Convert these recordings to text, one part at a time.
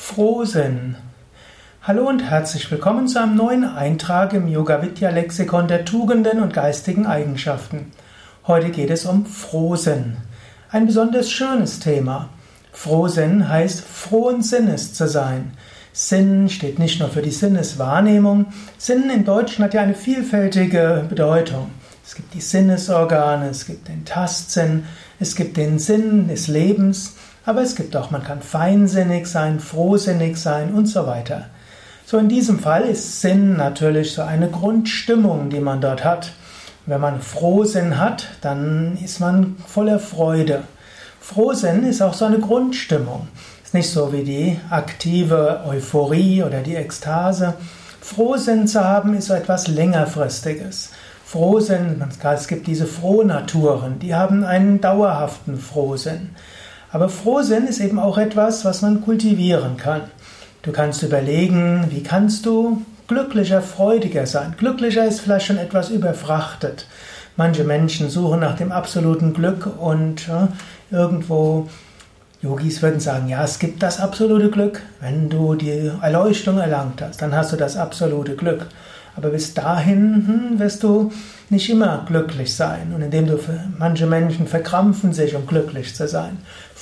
Frohsinn. Hallo und herzlich willkommen zu einem neuen Eintrag im Yoga-Vidya-Lexikon der Tugenden und geistigen Eigenschaften. Heute geht es um Frohsinn. Ein besonders schönes Thema. Frohsinn heißt, frohen Sinnes zu sein. Sinn steht nicht nur für die Sinneswahrnehmung. Sinn im Deutschen hat ja eine vielfältige Bedeutung. Es gibt die Sinnesorgane, es gibt den Tastsinn, es gibt den Sinn des Lebens, aber es gibt auch, man kann feinsinnig sein, frohsinnig sein und so weiter. So in diesem Fall ist Sinn natürlich so eine Grundstimmung, die man dort hat. Wenn man Frohsinn hat, dann ist man voller Freude. Frohsinn ist auch so eine Grundstimmung. Ist nicht so wie die aktive Euphorie oder die Ekstase. Frohsinn zu haben ist so etwas längerfristiges. Frohsinn, es gibt diese Frohnaturen, die haben einen dauerhaften Frohsinn. Aber Frohsinn ist eben auch etwas, was man kultivieren kann. Du kannst überlegen, wie kannst du glücklicher, freudiger sein. Glücklicher ist vielleicht schon etwas überfrachtet. Manche Menschen suchen nach dem absoluten Glück und irgendwo, Yogis würden sagen, ja, es gibt das absolute Glück. Wenn du die Erleuchtung erlangt hast, dann hast du das absolute Glück. Aber bis dahin wirst du nicht immer glücklich sein. Und manche Menschen verkrampfen sich, um glücklich zu sein.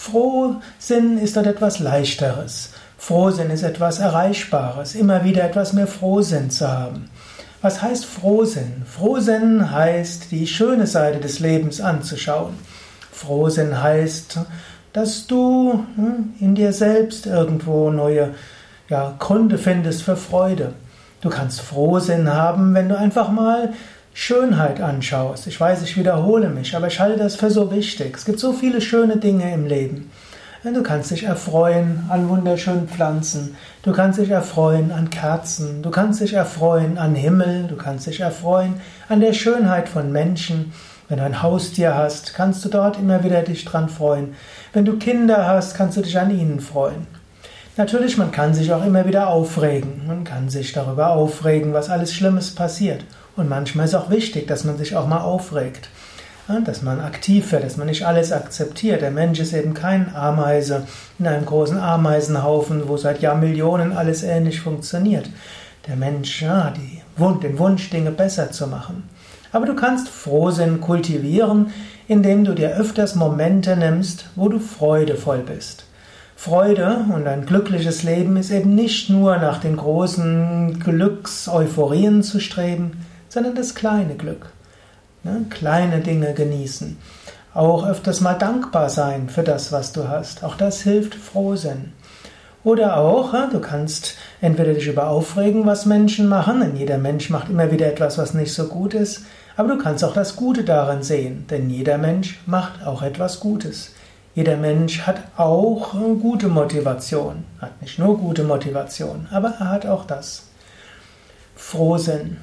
Frohsinn ist dort etwas Leichteres. Frohsinn ist etwas Erreichbares. Immer wieder etwas mehr Frohsinn zu haben. Was heißt Frohsinn? Frohsinn heißt, die schöne Seite des Lebens anzuschauen. Frohsinn heißt, dass du in dir selbst irgendwo neue Gründe findest für Freude. Du kannst Frohsinn haben, wenn du einfach mal Schönheit anschaust. Ich weiß, ich wiederhole mich, aber ich halte das für so wichtig. Es gibt so viele schöne Dinge im Leben. Du kannst dich erfreuen an wunderschönen Pflanzen. Du kannst dich erfreuen an Kerzen. Du kannst dich erfreuen an Himmel. Du kannst dich erfreuen an der Schönheit von Menschen. Wenn du ein Haustier hast, kannst du dort immer wieder dich dran freuen. Wenn du Kinder hast, kannst du dich an ihnen freuen. Natürlich, man kann sich auch immer wieder aufregen. Man kann sich darüber aufregen, was alles Schlimmes passiert. Und manchmal ist auch wichtig, dass man sich auch mal aufregt. Dass man aktiv wird, dass man nicht alles akzeptiert. Der Mensch ist eben kein Ameise in einem großen Ameisenhaufen, wo seit Jahrmillionen alles ähnlich funktioniert. Der Mensch hat den Wunsch, Dinge besser zu machen. Aber du kannst Frohsinn kultivieren, indem du dir öfters Momente nimmst, wo du freudevoll bist. Freude und ein glückliches Leben ist eben nicht nur nach den großen Glücks-Euphorien zu streben, sondern das kleine Glück. Kleine Dinge genießen. Auch öfters mal dankbar sein für das, was du hast. Auch das hilft Frohsinn. Oder auch, du kannst entweder dich über aufregen, was Menschen machen, denn jeder Mensch macht immer wieder etwas, was nicht so gut ist, aber du kannst auch das Gute darin sehen, denn jeder Mensch macht auch etwas Gutes. Jeder Mensch hat auch gute Motivation. Hat nicht nur gute Motivation, aber er hat auch das. Frohsinn.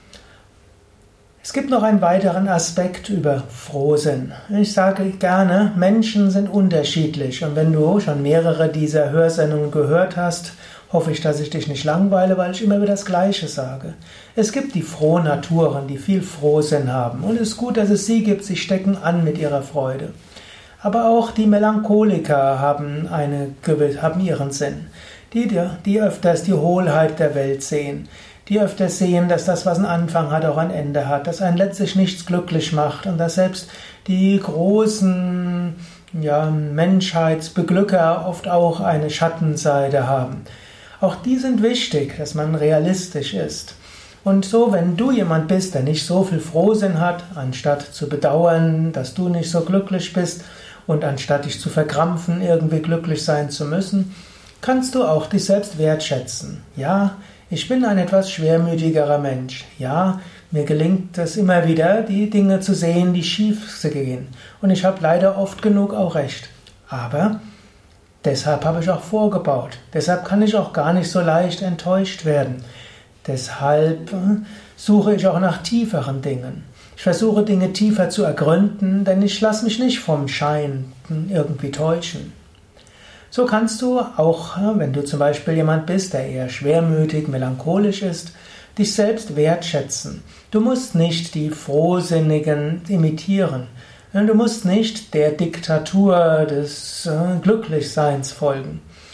Es gibt noch einen weiteren Aspekt über Frohsinn. Ich sage gerne, Menschen sind unterschiedlich. Und wenn du schon mehrere dieser Hörsendungen gehört hast, hoffe ich, dass ich dich nicht langweile, weil ich immer wieder das Gleiche sage. Es gibt die Frohnaturen, die viel Frohsinn haben. Und es ist gut, dass es sie gibt. Sie stecken an mit ihrer Freude. Aber auch die Melancholiker haben ihren Sinn. Die öfters die Hohlheit der Welt sehen. Die öfters sehen, dass das, was einen Anfang hat, auch ein Ende hat. Dass einen letztlich nichts glücklich macht. Und dass selbst die großen Menschheitsbeglücker oft auch eine Schattenseite haben. Auch die sind wichtig, dass man realistisch ist. Und so, wenn du jemand bist, der nicht so viel Frohsinn hat, anstatt zu bedauern, dass du nicht so glücklich bist und anstatt dich zu verkrampfen, irgendwie glücklich sein zu müssen, kannst du auch dich selbst wertschätzen. Ja, ich bin ein etwas schwermütigerer Mensch. Ja, mir gelingt es immer wieder, die Dinge zu sehen, die schief gehen. Und ich habe leider oft genug auch recht. Aber deshalb habe ich auch vorgebaut. Deshalb kann ich auch gar nicht so leicht enttäuscht werden. Deshalb suche ich auch nach tieferen Dingen. Ich versuche Dinge tiefer zu ergründen, denn ich lasse mich nicht vom Schein irgendwie täuschen. So kannst du auch, wenn du zum Beispiel jemand bist, der eher schwermütig, melancholisch ist, dich selbst wertschätzen. Du musst nicht die Frohsinnigen imitieren. Du musst nicht der Diktatur des Glücklichseins folgen.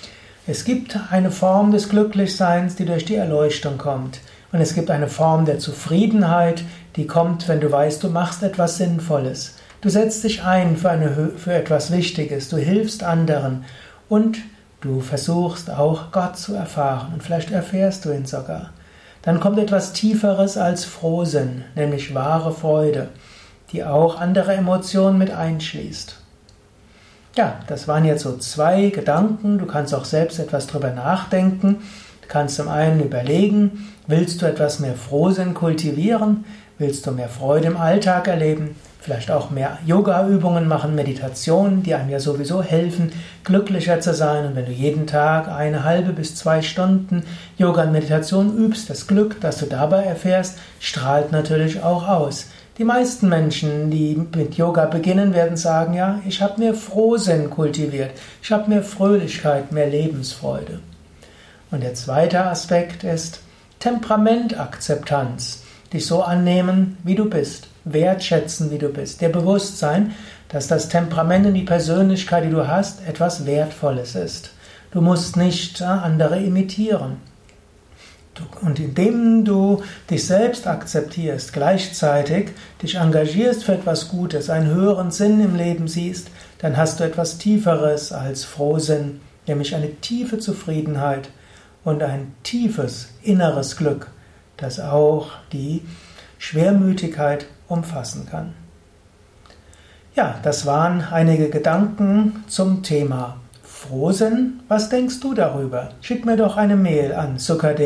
Es gibt eine Form des Glücklichseins, die durch die Erleuchtung kommt. Und es gibt eine Form der Zufriedenheit, die kommt, wenn du weißt, du machst etwas Sinnvolles. Du setzt dich ein für etwas Wichtiges, du hilfst anderen und du versuchst auch Gott zu erfahren und vielleicht erfährst du ihn sogar. Dann kommt etwas Tieferes als Frohsinn, nämlich wahre Freude, die auch andere Emotionen mit einschließt. Ja, das waren jetzt so 2 Gedanken. Du kannst auch selbst etwas drüber nachdenken. Du kannst zum einen überlegen, willst du etwas mehr Frohsinn kultivieren? Willst du mehr Freude im Alltag erleben? Vielleicht auch mehr Yoga-Übungen machen, Meditationen, die einem ja sowieso helfen, glücklicher zu sein. Und wenn du jeden Tag 1,5 bis 2 Stunden Yoga und Meditation übst, das Glück, das du dabei erfährst, strahlt natürlich auch aus. Die meisten Menschen, die mit Yoga beginnen, werden sagen, ja, ich habe mehr Frohsinn kultiviert, ich habe mehr Fröhlichkeit, mehr Lebensfreude. Und der zweite Aspekt ist Temperamentakzeptanz, dich so annehmen, wie du bist, wertschätzen, wie du bist, dir bewusst sein, dass das Temperament und die Persönlichkeit, die du hast, etwas Wertvolles ist. Du musst nicht andere imitieren. Und indem du dich selbst akzeptierst, gleichzeitig dich engagierst für etwas Gutes, einen höheren Sinn im Leben siehst, dann hast du etwas Tieferes als Frohsinn, nämlich eine tiefe Zufriedenheit und ein tiefes inneres Glück, das auch die Schwermütigkeit umfassen kann. Ja, das waren einige Gedanken zum Thema Frohsinn. Was denkst du darüber? Schick mir doch eine Mail an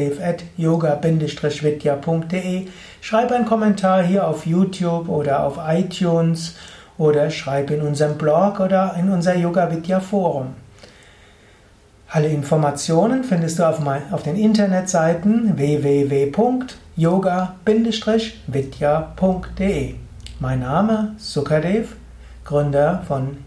sukadev@yoga-vidya.de. Schreib einen Kommentar hier auf YouTube oder auf iTunes oder schreib in unserem Blog oder in unser Yoga Vidya Forum. Alle Informationen findest du auf den Internetseiten www.yoga-vidya.de. Mein Name Sukadev, Gründer von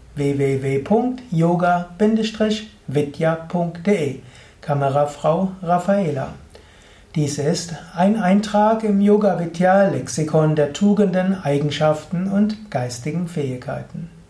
www.yoga-vidya.de. Kamerafrau Raffaela. Dies ist ein Eintrag im Yoga Vidya Lexikon der Tugenden, Eigenschaften und geistigen Fähigkeiten.